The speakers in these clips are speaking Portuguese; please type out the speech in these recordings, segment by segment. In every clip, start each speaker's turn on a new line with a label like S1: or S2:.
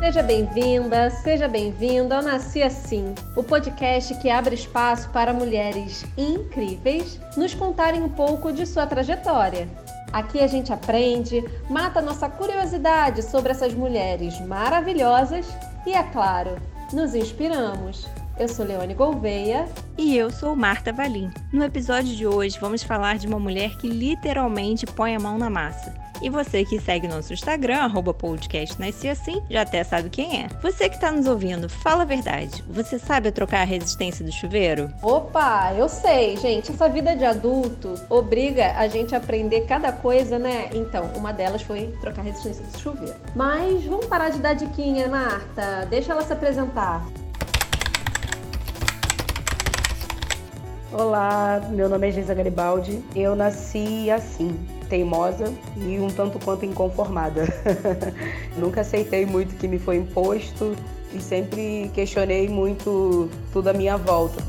S1: Seja bem-vinda, seja bem-vindo ao Nasci Assim, o podcast que abre espaço para mulheres incríveis nos contarem um pouco de sua trajetória. Aqui a gente aprende, mata nossa curiosidade sobre essas mulheres maravilhosas e, é claro, nos inspiramos. Eu sou Leone Gouveia.
S2: E eu sou Marta Valim. No episódio de hoje vamos falar de uma mulher que literalmente põe a mão na massa. E você que segue nosso Instagram, @podcastnasciassim, já até sabe quem é. Você que está nos ouvindo, fala a verdade. Você sabe trocar a resistência do chuveiro?
S1: Opa, eu sei, gente. Essa vida de adulto obriga a gente a aprender cada coisa, né? Então, uma delas foi trocar a resistência do chuveiro. Mas vamos parar de dar diquinha, Marta. Deixa ela se apresentar.
S3: Olá, meu nome é Geisa Garibaldi. Eu nasci assim, teimosa e um tanto quanto inconformada. Nunca aceitei muito o que me foi imposto e sempre questionei muito tudo à minha volta.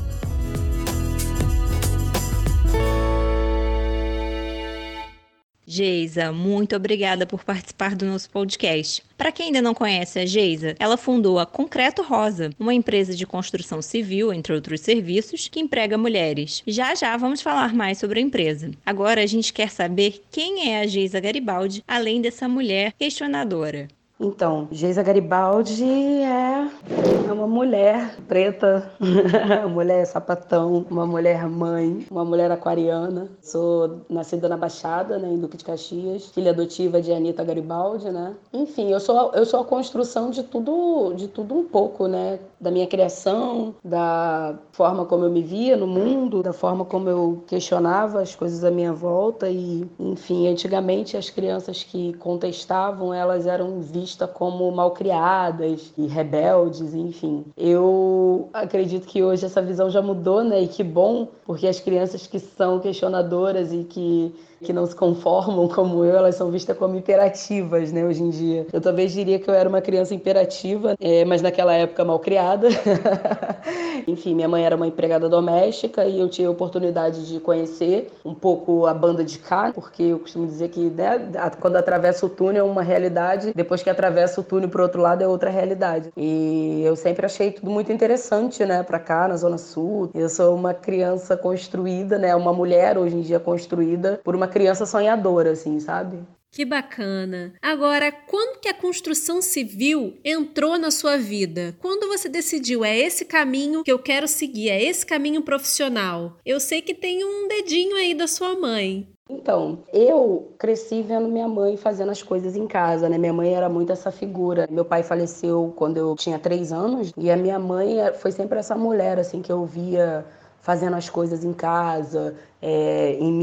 S2: Geisa, muito obrigada por participar do nosso podcast. Para quem ainda não conhece a Geisa, ela fundou a Concreto Rosa, uma empresa de construção civil, entre outros serviços, que emprega mulheres. Já vamos falar mais sobre a empresa. Agora a gente quer saber quem é a Geisa Garibaldi, além dessa mulher questionadora.
S3: Então, Geisa Garibaldi é uma mulher preta, uma mulher sapatão, uma mulher mãe, uma mulher aquariana. Sou nascida na Baixada, né, em Duque de Caxias, filha adotiva de Anita Garibaldi, né? Enfim, eu sou a construção de tudo um pouco, né? Da minha criação, da forma como eu me via no mundo, da forma como eu questionava as coisas à minha volta e, enfim, antigamente as crianças que contestavam, elas eram vistas como malcriadas e rebeldes, enfim. Eu acredito que hoje essa visão já mudou, né? E que bom, porque as crianças que são questionadoras e que não se conformam como eu, elas são vistas como imperativas, né, hoje em dia. Eu talvez diria que eu era uma criança imperativa, mas naquela época mal criada. Enfim, minha mãe era uma empregada doméstica e eu tive a oportunidade de conhecer um pouco a banda de cá, porque eu costumo dizer que, né, quando atravessa o túnel é uma realidade, depois que atravessa o túnel pro outro lado é outra realidade. E eu sempre achei tudo muito interessante, né, pra cá, na Zona Sul. Eu sou uma criança construída, né, uma mulher hoje em dia construída por uma criança sonhadora, assim, sabe?
S1: Que bacana! Agora, quando que a construção civil entrou na sua vida? Quando você decidiu, é esse caminho que eu quero seguir, é esse caminho profissional? Eu sei que tem um dedinho aí da sua mãe.
S3: Então, eu cresci vendo minha mãe fazendo as coisas em casa, né? Minha mãe era muito essa figura. Meu pai faleceu quando eu tinha 3 anos e a minha mãe foi sempre essa mulher, assim, que eu via fazendo as coisas em casa. Em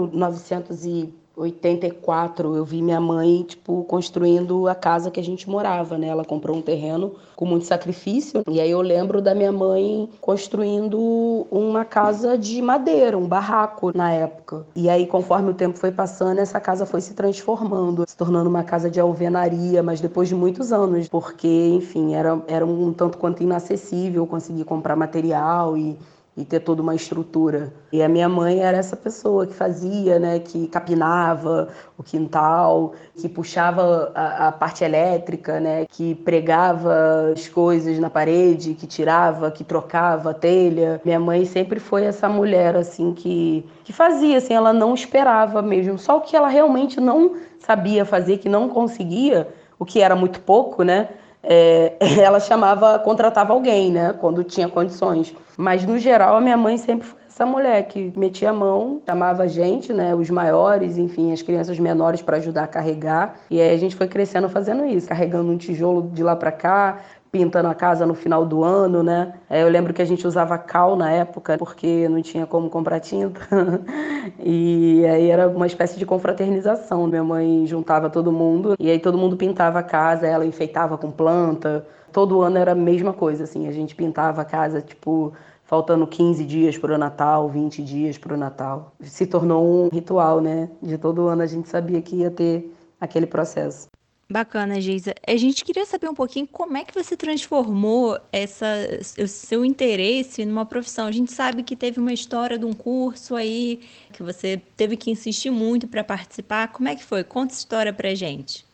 S3: 1984, eu vi minha mãe, construindo a casa que a gente morava, né? Ela comprou um terreno com muito sacrifício. E aí eu lembro da minha mãe construindo uma casa de madeira, um barraco na época. E aí, conforme o tempo foi passando, essa casa foi se transformando, se tornando uma casa de alvenaria, mas depois de muitos anos, porque, enfim, era um tanto quanto inacessível conseguir comprar material e ter toda uma estrutura. E a minha mãe era essa pessoa que fazia, né, que capinava o quintal, que puxava a parte elétrica, né, que pregava as coisas na parede, que tirava, que trocava a telha. Minha mãe sempre foi essa mulher, assim, que fazia, assim, ela não esperava mesmo. Só o que ela realmente não sabia fazer, que não conseguia, o que era muito pouco, né, ela contratava alguém, né, quando tinha condições. Mas, no geral, a minha mãe sempre foi essa mulher que metia a mão, chamava a gente, né, os maiores, enfim, as crianças menores para ajudar a carregar. E aí a gente foi crescendo fazendo isso, carregando um tijolo de lá para cá, pintando a casa no final do ano, né? Eu lembro que a gente usava cal na época, porque não tinha como comprar tinta. E aí era uma espécie de confraternização. Minha mãe juntava todo mundo, e aí todo mundo pintava a casa, ela enfeitava com planta. Todo ano era a mesma coisa, assim, a gente pintava a casa, faltando 15 dias para o Natal, 20 dias para o Natal. Se tornou um ritual, né? De todo ano a gente sabia que ia ter aquele processo.
S2: Bacana, Geisa. A gente queria saber um pouquinho como é que você transformou o seu interesse numa profissão. A gente sabe que teve uma história de um curso aí que você teve que insistir muito para participar. Como é que foi? Conta essa história pra gente.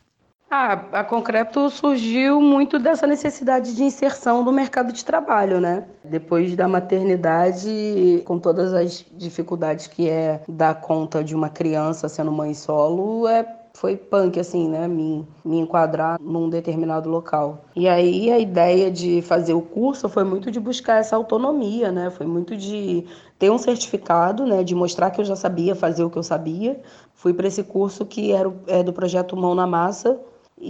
S3: A Concreto surgiu muito dessa necessidade de inserção no mercado de trabalho, né? Depois da maternidade, com todas as dificuldades que é dar conta de uma criança sendo mãe solo, foi punk, assim, né? Me enquadrar num determinado local. E aí a ideia de fazer o curso foi muito de buscar essa autonomia, né? Foi muito de ter um certificado, né? De mostrar que eu já sabia fazer o que eu sabia. Fui para esse curso que é do projeto Mão na Massa.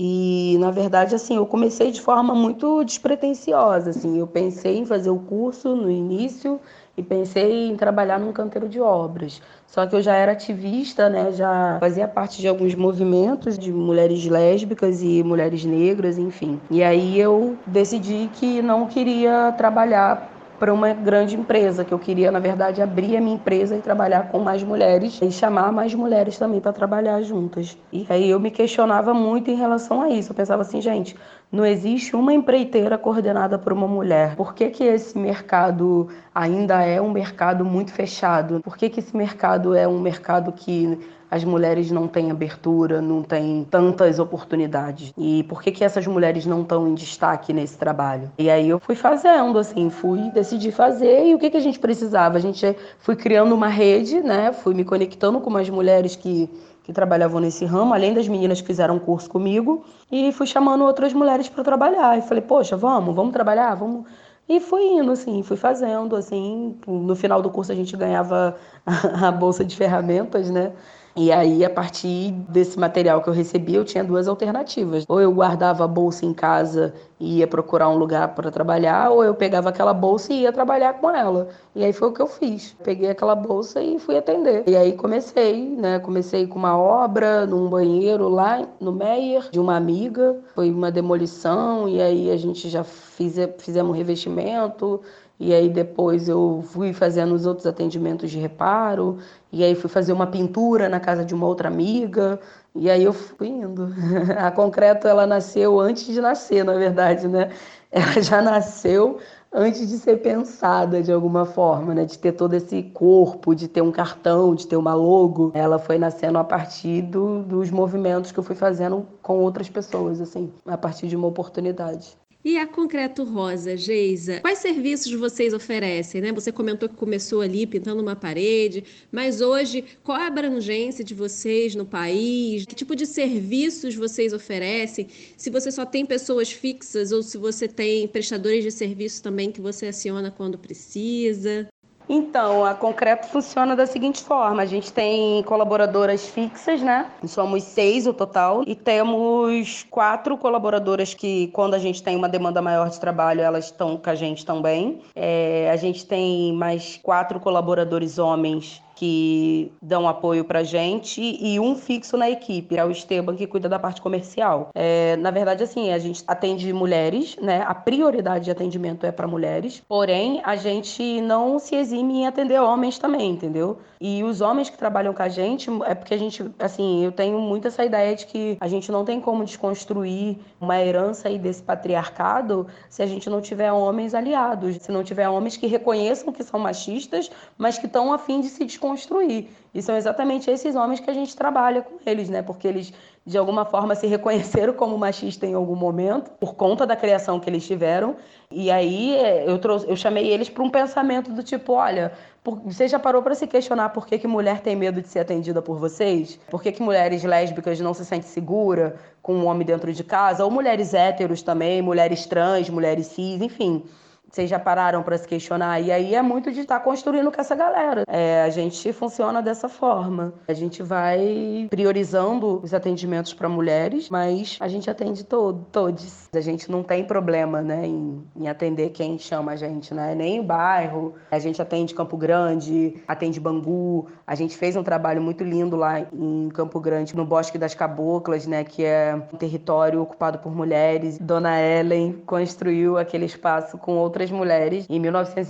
S3: E, na verdade, assim, eu comecei de forma muito despretensiosa, assim. Eu pensei em fazer o curso no início e pensei em trabalhar num canteiro de obras. Só que eu já era ativista, né? Já fazia parte de alguns movimentos de mulheres lésbicas e mulheres negras, enfim. E aí eu decidi que não queria trabalhar para uma grande empresa, que eu queria, na verdade, abrir a minha empresa e trabalhar com mais mulheres e chamar mais mulheres também para trabalhar juntas. E aí eu me questionava muito em relação a isso. Eu pensava assim, gente, não existe uma empreiteira coordenada por uma mulher. Por que que esse mercado ainda é um mercado muito fechado? Por que que esse mercado é um mercado que as mulheres não têm abertura, não têm tantas oportunidades? E por que que essas mulheres não estão em destaque nesse trabalho? E aí eu fui fazendo, assim, decidi fazer, e o que que a gente precisava? Fui criando uma rede, né? Fui me conectando com umas mulheres que trabalhavam nesse ramo, além das meninas que fizeram curso comigo, e fui chamando outras mulheres para trabalhar. E falei, poxa, vamos trabalhar, vamos. E fui indo, assim, fui fazendo, assim. No final do curso a gente ganhava a bolsa de ferramentas, né? E aí, a partir desse material que eu recebi, eu tinha duas alternativas. Ou eu guardava a bolsa em casa e ia procurar um lugar para trabalhar, ou eu pegava aquela bolsa e ia trabalhar com ela. E aí foi o que eu fiz. Peguei aquela bolsa e fui atender. E aí comecei, né? Comecei com uma obra num banheiro lá no Meier, de uma amiga. Foi uma demolição, e aí a gente já fizemos um revestimento. E aí depois eu fui fazendo os outros atendimentos de reparo. E aí fui fazer uma pintura na casa de uma outra amiga. E aí eu fui indo. A Concreto, ela nasceu antes de nascer, na verdade, né? Ela já nasceu antes de ser pensada de alguma forma, né? De ter todo esse corpo, de ter um cartão, de ter uma logo. Ela foi nascendo a partir dos movimentos que eu fui fazendo com outras pessoas, assim, a partir de uma oportunidade.
S1: E a Concreto Rosa, Geisa, quais serviços vocês oferecem, né? Você comentou que começou ali pintando uma parede, mas hoje qual é a abrangência de vocês no país? Que tipo de serviços vocês oferecem? Se você só tem pessoas fixas ou se você tem prestadores de serviço também que você aciona quando precisa?
S3: Então, a Concreto funciona da seguinte forma: a gente tem colaboradoras fixas, né? Somos 6 o total, e temos 4 colaboradoras que, quando a gente tem uma demanda maior de trabalho, elas estão com a gente também. A gente tem mais 4 colaboradores homens que dão apoio pra gente e um fixo na equipe, é o Esteban, que cuida da parte comercial. Na verdade, assim, a gente atende mulheres, né? A prioridade de atendimento é para mulheres, porém, a gente não se exime em atender homens também, entendeu? E os homens que trabalham com a gente, é porque a gente, assim, eu tenho muito essa ideia de que a gente não tem como desconstruir uma herança aí desse patriarcado se a gente não tiver homens aliados, se não tiver homens que reconheçam que são machistas, mas que estão a fim de se desconstruir. E são exatamente esses homens que a gente trabalha com eles, né? Porque eles, de alguma forma, se reconheceram como machistas em algum momento, por conta da criação que eles tiveram. E aí eu chamei eles para um pensamento do tipo, olha, você já parou para se questionar por que que mulher tem medo de ser atendida por vocês? Por que que mulheres lésbicas não se sentem seguras com um homem dentro de casa? Ou mulheres héteros também, mulheres trans, mulheres cis, enfim. Vocês já pararam para se questionar? E aí é muito de estar construindo com essa galera. A gente funciona dessa forma. A gente vai priorizando os atendimentos para mulheres, mas a gente atende todos. A gente não tem problema, né, em atender quem chama a gente, né? Nem o bairro. A gente atende Campo Grande, atende Bangu. A gente fez um trabalho muito lindo lá em Campo Grande, no Bosque das Caboclas, né, que é um território ocupado por mulheres. Dona Ellen construiu aquele espaço com outras mulheres em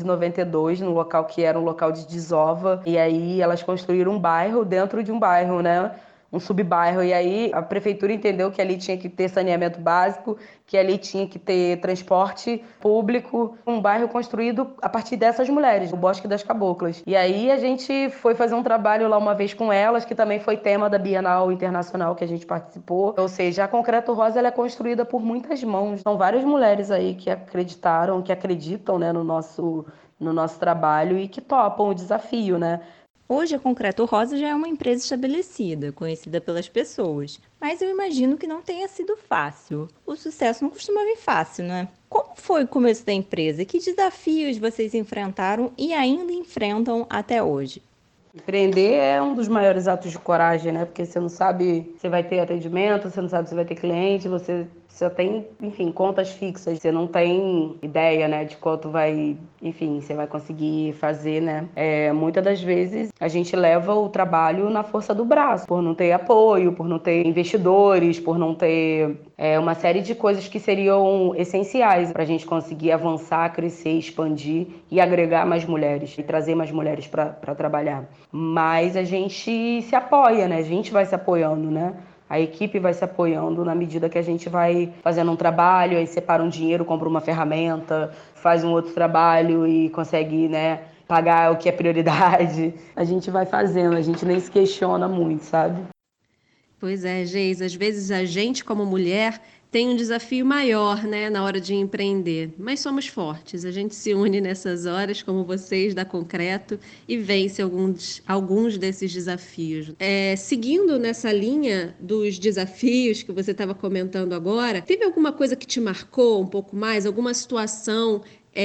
S3: 1992, num local que era um local de desova, e aí elas construíram um bairro dentro de um bairro, né? um subbairro. E aí a prefeitura entendeu que ali tinha que ter saneamento básico, que ali tinha que ter transporte público, um bairro construído a partir dessas mulheres, o Bosque das Caboclas. E aí a gente foi fazer um trabalho lá uma vez com elas, que também foi tema da Bienal Internacional que a gente participou. Ou seja, a Concreto Rosa ela é construída por muitas mãos. São várias mulheres aí que acreditaram, que acreditam, né, no nosso trabalho e que topam o desafio, né?
S2: Hoje, a Concreto Rosa já é uma empresa estabelecida, conhecida pelas pessoas, mas eu imagino que não tenha sido fácil. O sucesso não costuma vir fácil, né? Como foi o começo da empresa? Que desafios vocês enfrentaram e ainda enfrentam até hoje?
S3: Empreender é um dos maiores atos de coragem, né? Porque você não sabe se vai ter atendimento, você não sabe se vai ter cliente, você só tem, enfim, contas fixas. Você não tem ideia, né, de quanto vai, enfim, você vai conseguir fazer, né? Muitas das vezes a gente leva o trabalho na força do braço, por não ter apoio, por não ter investidores, por não ter uma série de coisas que seriam essenciais para a gente conseguir avançar, crescer, expandir e agregar mais mulheres e trazer mais mulheres para trabalhar. Mas a gente se apoia, né? A gente vai se apoiando, né? A equipe vai se apoiando na medida que a gente vai fazendo um trabalho, aí separa um dinheiro, compra uma ferramenta, faz um outro trabalho e consegue, né, pagar o que é prioridade. A gente vai fazendo, a gente nem se questiona muito, sabe?
S1: Pois é, Geis, às vezes a gente, como mulher, tem um desafio maior, né, na hora de empreender, mas somos fortes, a gente se une nessas horas, como vocês da Concreto, e vence alguns desses desafios. Seguindo nessa linha dos desafios que você estava comentando agora, teve alguma coisa que te marcou um pouco mais, alguma situação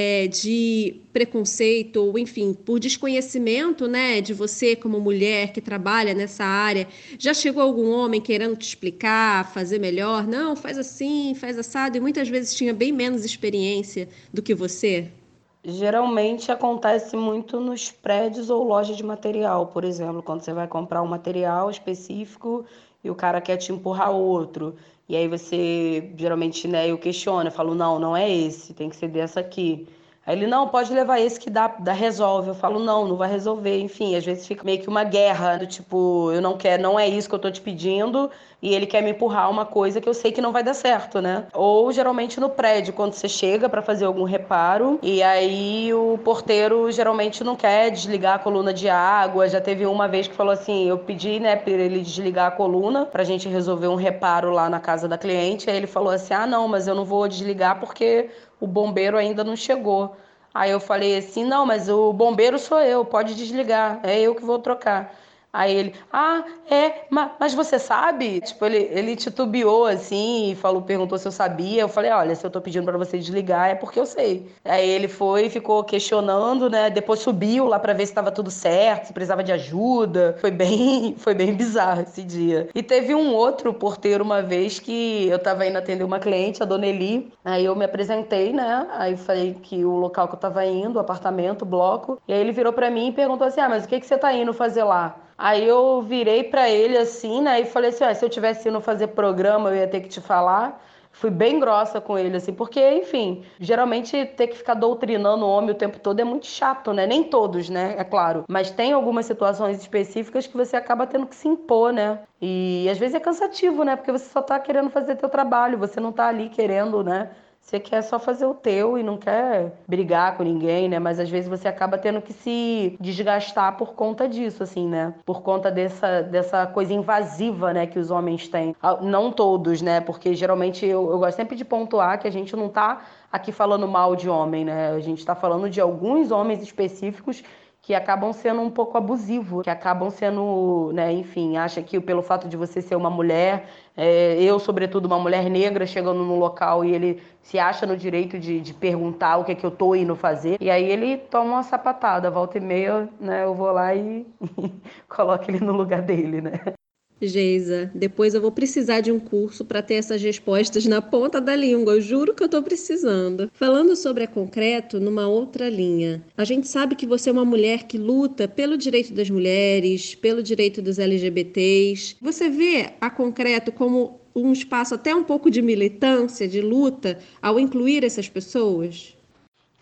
S1: de preconceito, ou enfim, por desconhecimento, né, de você como mulher que trabalha nessa área? Já chegou algum homem querendo te explicar, fazer melhor? Não, faz assim, faz assado, e muitas vezes tinha bem menos experiência do que você?
S3: Geralmente acontece muito nos prédios ou loja de material, por exemplo, quando você vai comprar um material específico e o cara quer te empurrar outro. E aí você, geralmente, né, eu questiono, eu falo, não, não é esse, tem que ser dessa aqui. Aí ele, não, pode levar esse que dá, resolve. Eu falo, não, não vai resolver. Enfim, às vezes fica meio que uma guerra, do tipo, eu não quero, não é isso que eu tô te pedindo, e ele quer me empurrar uma coisa que eu sei que não vai dar certo, né? Ou geralmente no prédio, quando você chega para fazer algum reparo, e aí o porteiro geralmente não quer desligar a coluna de água. Já teve uma vez que falou assim, eu pedi, né, para ele desligar a coluna pra gente resolver um reparo lá na casa da cliente. Aí ele falou assim, ah, não, mas eu não vou desligar porque o bombeiro ainda não chegou. Aí eu falei assim, não, mas o bombeiro sou eu, pode desligar, é eu que vou trocar. Aí ele, mas você sabe? Tipo, ele titubeou assim e perguntou se eu sabia. Eu falei, olha, se eu tô pedindo pra você desligar é porque eu sei. Aí ele foi e ficou questionando, né? Depois subiu lá pra ver se tava tudo certo, se precisava de ajuda. Foi bem bizarro esse dia. E teve um outro porteiro uma vez que eu tava indo atender uma cliente, a dona Eli. Aí eu me apresentei, né? Aí falei que o local que eu tava indo, o apartamento, o bloco. E aí ele virou pra mim e perguntou assim, mas o que você tá indo fazer lá? Aí eu virei pra ele assim, né, e falei assim, se eu tivesse indo fazer programa, eu ia ter que te falar. Fui bem grossa com ele, assim, porque, enfim, geralmente ter que ficar doutrinando o homem o tempo todo é muito chato, né? Nem todos, né? É claro. Mas tem algumas situações específicas que você acaba tendo que se impor, né? E às vezes é cansativo, né? Porque você só tá querendo fazer teu trabalho, você não tá ali querendo, né? Você quer só fazer o teu e não quer brigar com ninguém, né? Mas às vezes você acaba tendo que se desgastar por conta disso, assim, né? Por conta dessa coisa invasiva, né, que os homens têm. Não todos, né? Porque geralmente eu gosto sempre de pontuar que a gente não tá aqui falando mal de homem, né? A gente tá falando de alguns homens específicos que acabam sendo um pouco abusivos, que acabam sendo, né, enfim, acha que pelo fato de você ser uma mulher, eu, sobretudo, uma mulher negra, chegando no local e ele se acha no direito de perguntar o que é que eu tô indo fazer, e aí ele toma uma sapatada, volta e meia, né, eu vou lá e coloco ele no lugar dele, né.
S1: Geisa, depois eu vou precisar de um curso para ter essas respostas na ponta da língua. Eu juro que eu estou precisando. Falando sobre a Concreto, numa outra linha, a gente sabe que você é uma mulher que luta pelo direito das mulheres, pelo direito dos LGBTs. Você vê a Concreto como um espaço até um pouco de militância, de luta, ao incluir essas pessoas?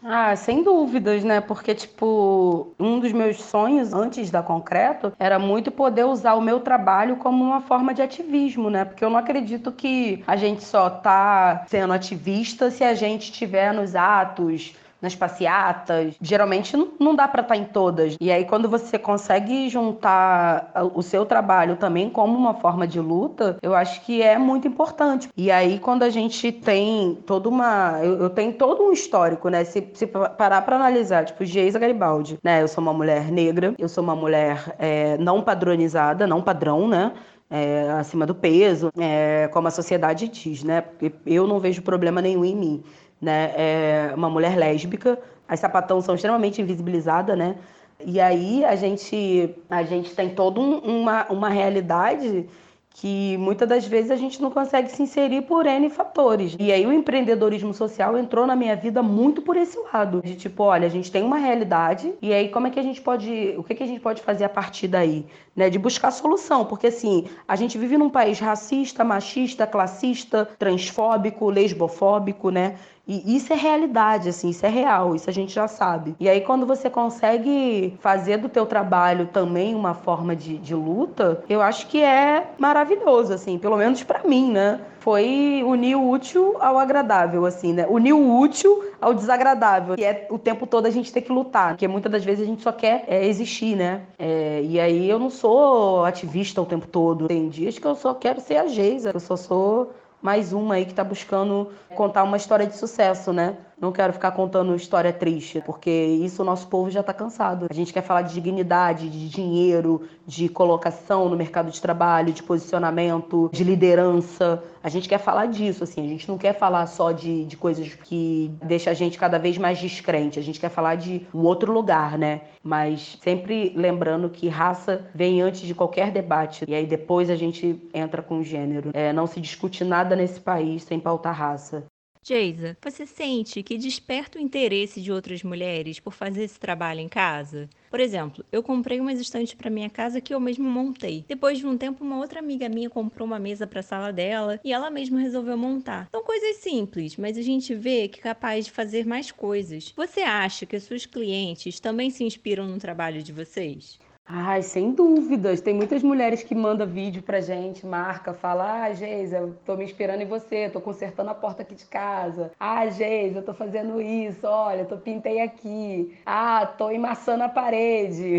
S3: Ah, sem dúvidas, né? Porque, tipo, um dos meus sonhos antes da Concreto era muito poder usar o meu trabalho como uma forma de ativismo, né? Porque eu não acredito que a gente só tá sendo ativista se a gente estiver nos atos, nas passeatas. Geralmente não dá para estar em todas. E aí, quando você consegue juntar o seu trabalho também como uma forma de luta, eu acho que é muito importante. E aí, quando a gente tem toda uma. Eu tenho todo um histórico, né? Se parar para analisar, tipo, Geisa Garibaldi, né? Eu sou uma mulher negra, eu sou uma mulher não padronizada, não padrão, né? Acima do peso, como a sociedade diz, né? Porque eu não vejo problema nenhum em mim, né? Uma mulher lésbica, as sapatão são extremamente invisibilizadas, né? E aí a gente tem toda uma realidade que muitas das vezes a gente não consegue se inserir por N fatores. E aí o empreendedorismo social entrou na minha vida muito por esse lado. De tipo, olha, a gente tem uma realidade, e aí como é que a gente pode, o que a gente pode fazer a partir daí? Né? De buscar solução, porque assim, a gente vive num país racista, machista, classista, transfóbico, lesbofóbico, né? E isso é realidade, assim, isso é real, isso a gente já sabe. E aí quando você consegue fazer do teu trabalho também uma forma de luta, eu acho que é maravilhoso, assim, pelo menos pra mim, né? Foi unir o útil ao agradável, assim, né? Unir o útil ao desagradável, que é o tempo todo a gente ter que lutar, porque muitas das vezes a gente só quer existir, né? E aí eu não sou ativista o tempo todo. Tem dias que eu só quero ser a Geisa, que eu só sou mais uma aí que tá buscando contar uma história de sucesso, né? Não quero ficar contando história triste, porque isso o nosso povo já tá cansado. A gente quer falar de dignidade, de dinheiro, de colocação no mercado de trabalho, de posicionamento, de liderança. A gente quer falar disso, assim. A gente não quer falar só de coisas que deixam a gente cada vez mais descrente. A gente quer falar de um outro lugar, né? Mas sempre lembrando que raça vem antes de qualquer debate. E aí depois a gente entra com o gênero. Não se discute nada nesse país sem pautar raça.
S2: Geisa, você sente que desperta o interesse de outras mulheres por fazer esse trabalho em casa? Por exemplo, eu comprei umas estantes para minha casa que eu mesmo montei. Depois de um tempo, uma outra amiga minha comprou uma mesa para a sala dela e ela mesma resolveu montar. São coisas simples, mas a gente vê que é capaz de fazer mais coisas. Você acha que as suas clientes também se inspiram no trabalho de vocês?
S3: Ai, sem dúvidas. Tem muitas mulheres que mandam vídeo pra gente, marca, fala: Ah, Geisa, eu tô me inspirando em você, tô consertando a porta aqui de casa. Ah, Geisa, eu tô fazendo isso, olha, tô pintei aqui. Ah, tô emassando a parede.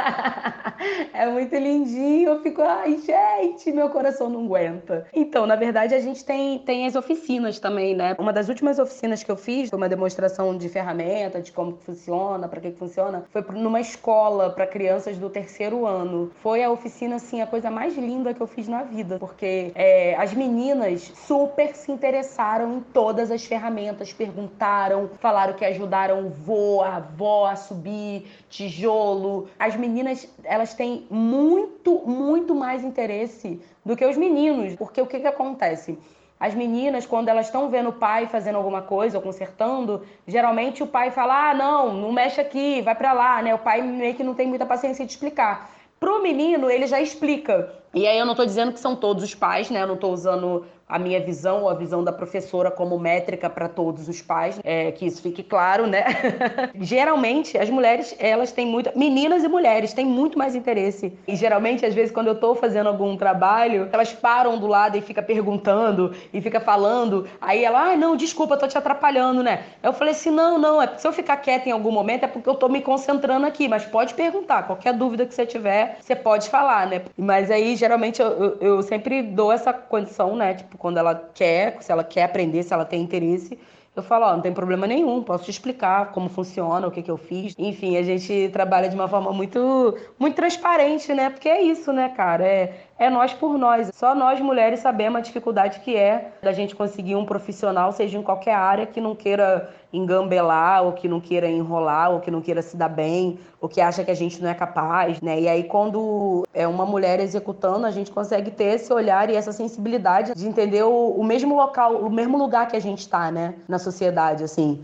S3: É muito lindinho, eu fico, ai, gente, meu coração não aguenta. Então, na verdade, a gente tem as oficinas também, né? Uma das últimas oficinas que eu fiz foi uma demonstração de ferramenta, de como funciona, pra que funciona. Foi numa escola para crianças do terceiro ano. Foi a oficina, assim, a coisa mais linda que eu fiz na vida, porque as meninas super se interessaram em todas as ferramentas, perguntaram, falaram que ajudaram o vô, a avó a subir tijolo. As meninas, elas têm muito, muito mais interesse do que os meninos, porque o que acontece? As meninas, quando elas estão vendo o pai fazendo alguma coisa ou consertando, geralmente o pai fala: ah, não mexe aqui, vai pra lá, né? O pai meio que não tem muita paciência de explicar. Pro menino, ele já explica. E aí eu não tô dizendo que são todos os pais, né? Eu não tô usando a minha visão ou a visão da professora como métrica para todos os pais, que isso fique claro, né? Geralmente, as mulheres, elas têm muito... Meninas e mulheres têm muito mais interesse. E geralmente, às vezes, quando eu tô fazendo algum trabalho, elas param do lado e ficam perguntando e ficam falando. Aí ela, ai, não, desculpa, tô te atrapalhando, né? Eu falei assim, não, se eu ficar quieta em algum momento é porque eu tô me concentrando aqui, mas pode perguntar, qualquer dúvida que você tiver, você pode falar, né? Mas aí, geralmente, eu sempre dou essa condição, né? Tipo, quando ela quer, se ela quer aprender, se ela tem interesse, eu falo, não tem problema nenhum, posso te explicar como funciona, o que eu fiz. Enfim, a gente trabalha de uma forma muito, muito transparente, né? Porque é isso, né, cara? É nós por nós. Só nós mulheres sabemos a dificuldade que é da gente conseguir um profissional, seja em qualquer área, que não queira engambelar, ou que não queira enrolar, ou que não queira se dar bem, ou que acha que a gente não é capaz, né? E aí, quando é uma mulher executando, a gente consegue ter esse olhar e essa sensibilidade de entender o mesmo local, o mesmo lugar que a gente tá, né? Na sociedade, assim.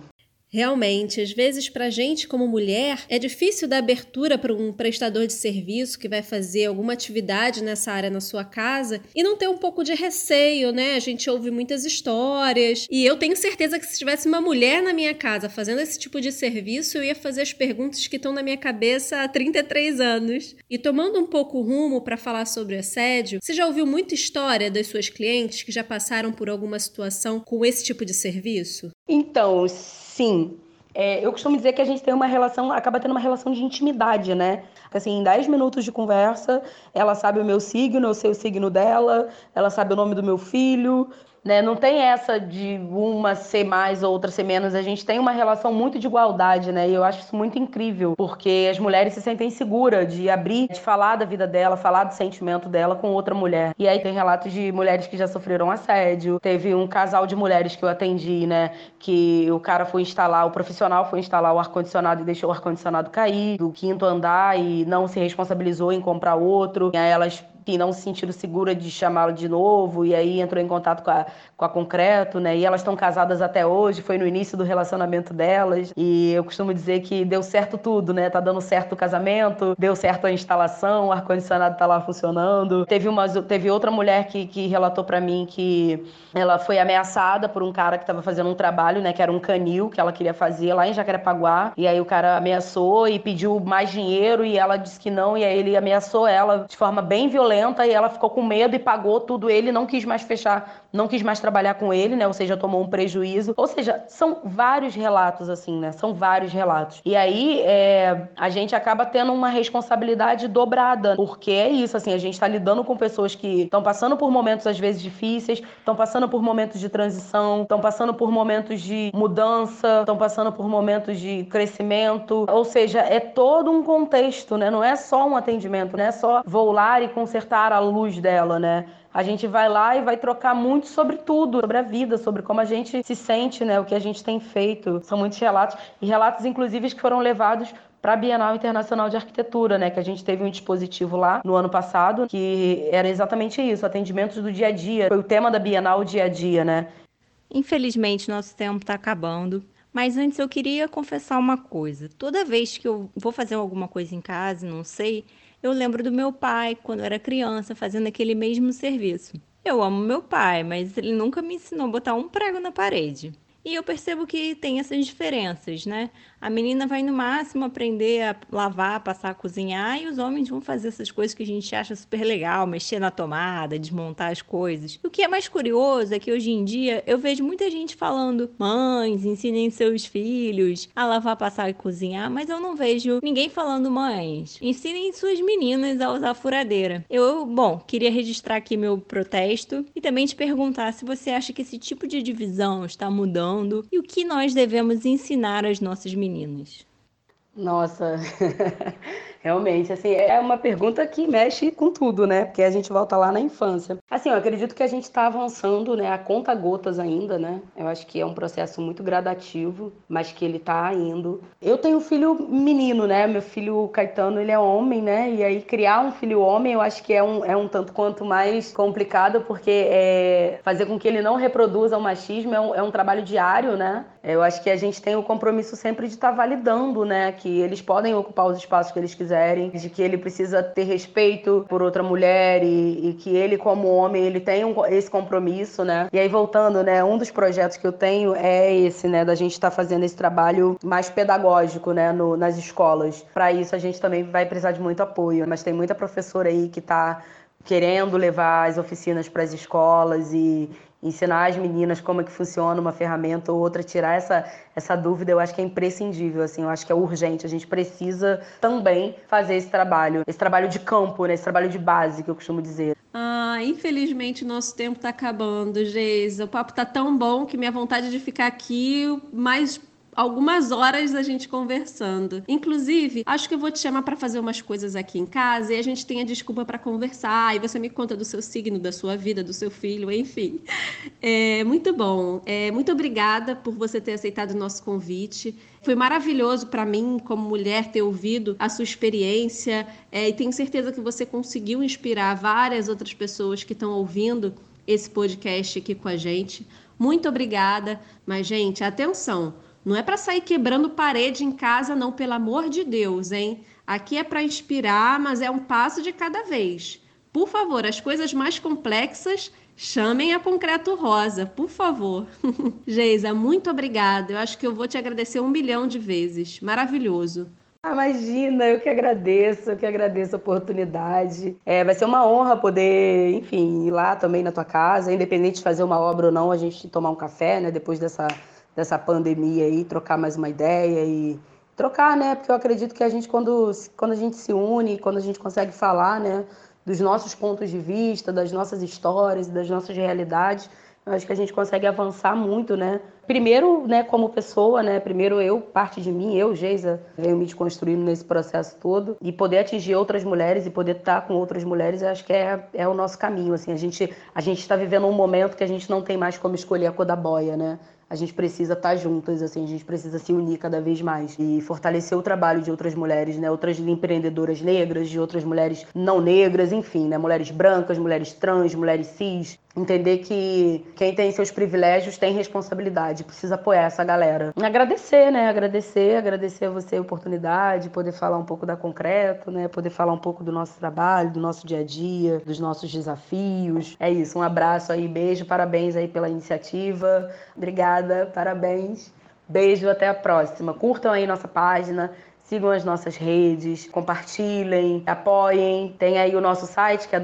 S1: Realmente, às vezes pra gente como mulher é difícil dar abertura para um prestador de serviço que vai fazer alguma atividade nessa área na sua casa e não ter um pouco de receio, né? A gente ouve muitas histórias e eu tenho certeza que se tivesse uma mulher na minha casa fazendo esse tipo de serviço, eu ia fazer as perguntas que estão na minha cabeça há 33 anos. E tomando um pouco o rumo para falar sobre assédio, você já ouviu muita história das suas clientes que já passaram por alguma situação com esse tipo de serviço?
S3: Então, sim. Eu costumo dizer que a gente tem uma relação, acaba tendo uma relação de intimidade, né? Assim, em 10 minutos de conversa, ela sabe o meu signo, eu sei o signo dela, ela sabe o nome do meu filho, né? Não tem essa de uma ser mais ou outra ser menos. A gente tem uma relação muito de igualdade, né? E eu acho isso muito incrível, porque as mulheres se sentem seguras de abrir, de falar da vida dela, falar do sentimento dela com outra mulher. E aí tem relatos de mulheres que já sofreram assédio. Teve um casal de mulheres que eu atendi, né? Que o cara foi instalar, o profissional foi instalar o ar-condicionado e deixou o ar-condicionado cair do 5º andar e não se responsabilizou em comprar outro. E aí elas que não se sentiram seguras de chamá-lo de novo, e aí entrou em contato com a Concreto, né? E elas estão casadas até hoje, foi no início do relacionamento delas, e eu costumo dizer que deu certo tudo, né? Tá dando certo o casamento, deu certo a instalação, o ar-condicionado tá lá funcionando. Teve outra mulher que relatou pra mim que ela foi ameaçada por um cara que tava fazendo um trabalho, né? Que era um canil que ela queria fazer lá em Jacarepaguá, e aí o cara ameaçou e pediu mais dinheiro, e ela disse que não, e aí ele ameaçou ela de forma bem violenta, e ela ficou com medo e pagou tudo. Ele não quis mais fechar, não quis mais trabalhar com ele, né? Ou seja, tomou um prejuízo. Ou seja, são vários relatos assim, né? São vários relatos. E aí a gente acaba tendo uma responsabilidade dobrada, porque é isso, assim, a gente tá lidando com pessoas que estão passando por momentos às vezes difíceis, estão passando por momentos de transição, estão passando por momentos de mudança, estão passando por momentos de crescimento. Ou seja, é todo um contexto, né? Não é só um atendimento, não é só vou lá e consertar a luz dela, né? A gente vai lá e vai trocar muito sobre tudo, sobre a vida, sobre como a gente se sente, né? O que a gente tem feito. São muitos relatos, e relatos, inclusive, que foram levados para a Bienal Internacional de Arquitetura, né? Que a gente teve um dispositivo lá no ano passado, que era exatamente isso, atendimentos do dia a dia. Foi o tema da Bienal, o dia a dia, né?
S2: Infelizmente, nosso tempo está acabando. Mas antes eu queria confessar uma coisa. Toda vez que eu vou fazer alguma coisa em casa, não sei, eu lembro do meu pai, quando eu era criança, fazendo aquele mesmo serviço. Eu amo meu pai, mas ele nunca me ensinou a botar um prego na parede. E eu percebo que tem essas diferenças, né? A menina vai no máximo aprender a lavar, passar a cozinhar, e os homens vão fazer essas coisas que a gente acha super legal, mexer na tomada, desmontar as coisas. O que é mais curioso é que hoje em dia eu vejo muita gente falando: mães, ensinem seus filhos a lavar, passar e cozinhar, mas eu não vejo ninguém falando: mães, ensinem suas meninas a usar furadeira. Bom, queria registrar aqui meu protesto e também te perguntar se você acha que esse tipo de divisão está mudando e o que nós devemos ensinar às nossas meninas.
S3: Nossa, realmente, assim, é uma pergunta que mexe com tudo, né? Porque a gente volta lá na infância. Assim, eu acredito que a gente está avançando, né, a conta-gotas ainda, né? Eu acho que é um processo muito gradativo, mas que ele tá indo. Eu tenho um filho menino, né? Meu filho Caetano, ele é homem, né? E aí criar um filho homem, eu acho que é um tanto quanto mais complicado, porque fazer com que ele não reproduza o machismo é um trabalho diário, né? Eu acho que a gente tem o compromisso sempre de estar validando, né? Que eles podem ocupar os espaços que eles quiserem, de que ele precisa ter respeito por outra mulher e que ele, como homem, ele tem esse compromisso, né? E aí, voltando, né? Um dos projetos que eu tenho é esse, né? Da gente estar fazendo esse trabalho mais pedagógico, né? Nas escolas. Para isso, a gente também vai precisar de muito apoio, mas tem muita professora aí que está querendo levar as oficinas para as escolas e ensinar as meninas como é que funciona uma ferramenta ou outra, tirar essa dúvida, eu acho que é imprescindível, assim, eu acho que é urgente, a gente precisa também fazer esse trabalho de campo, né, esse trabalho de base, que eu costumo dizer.
S1: Infelizmente o nosso tempo está acabando, Geisa. O papo tá tão bom que minha vontade de ficar aqui mais algumas horas a gente conversando. Inclusive, acho que eu vou te chamar para fazer umas coisas aqui em casa e a gente tem a desculpa para conversar e você me conta do seu signo, da sua vida, do seu filho, enfim. Muito bom. Muito obrigada por você ter aceitado o nosso convite. Foi maravilhoso para mim, como mulher, ter ouvido a sua experiência e tenho certeza que você conseguiu inspirar várias outras pessoas que estão ouvindo esse podcast aqui com a gente. Muito obrigada. Mas, gente, atenção! Não é para sair quebrando parede em casa, não, pelo amor de Deus, hein? Aqui é para inspirar, mas é um passo de cada vez. Por favor, as coisas mais complexas, chamem a Concreto Rosa, por favor. Geisa, muito obrigada. Eu acho que eu vou te agradecer 1 milhão de vezes. Maravilhoso.
S3: Imagina, eu que agradeço a oportunidade. Vai ser uma honra poder, enfim, ir lá também na tua casa, independente de fazer uma obra ou não, a gente tomar um café, né, depois dessa pandemia aí, trocar mais uma ideia e trocar, né, porque eu acredito que a gente, quando a gente se une, quando a gente consegue falar, né, dos nossos pontos de vista, das nossas histórias, das nossas realidades, eu acho que a gente consegue avançar muito, né? Primeiro, né, como pessoa, né? Primeiro eu, parte de mim, eu, Geisa, venho me desconstruindo nesse processo todo e poder atingir outras mulheres e poder estar com outras mulheres, eu acho que é o nosso caminho, assim. A gente está vivendo um momento que a gente não tem mais como escolher a cor da boia, né? A gente precisa estar juntas, assim, a gente precisa se unir cada vez mais e fortalecer o trabalho de outras mulheres, né? Outras empreendedoras negras, de outras mulheres não negras, enfim, né? Mulheres brancas, mulheres trans, mulheres cis. Entender que quem tem seus privilégios tem responsabilidade, precisa apoiar essa galera. Agradecer, né? Agradecer a você a oportunidade, poder falar um pouco da Concreto, né? Poder falar um pouco do nosso trabalho, do nosso dia a dia, dos nossos desafios. É isso, um abraço aí, beijo, parabéns aí pela iniciativa. Obrigada, parabéns. Beijo, até a próxima. Curtam aí nossa página. Sigam as nossas redes, compartilhem, apoiem. Tem aí o nosso site, que é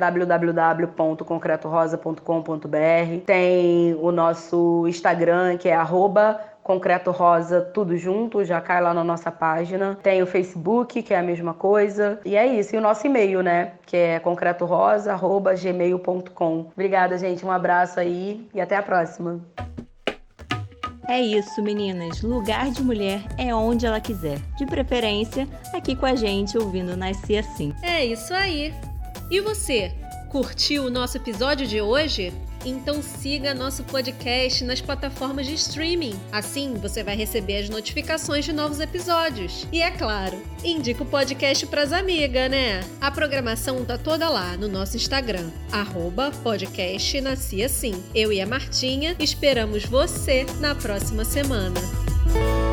S3: www.concretorosa.com.br. Tem o nosso Instagram, que é @concretorosa, tudo junto, já cai lá na nossa página. Tem o Facebook, que é a mesma coisa. E é isso. E o nosso e-mail, né, que é concretorosa@gmail.com. Obrigada, gente. Um abraço aí e até a próxima.
S2: É isso, meninas. Lugar de mulher é onde ela quiser. De preferência, aqui com a gente, ouvindo Nasci Assim.
S1: É isso aí. E você, curtiu o nosso episódio de hoje? Então siga nosso podcast nas plataformas de streaming. Assim você vai receber as notificações de novos episódios. E é claro, indica o podcast pras amigas, né? A programação tá toda lá no nosso Instagram, @podcast Nasci Assim. Eu e a Martinha esperamos você na próxima semana.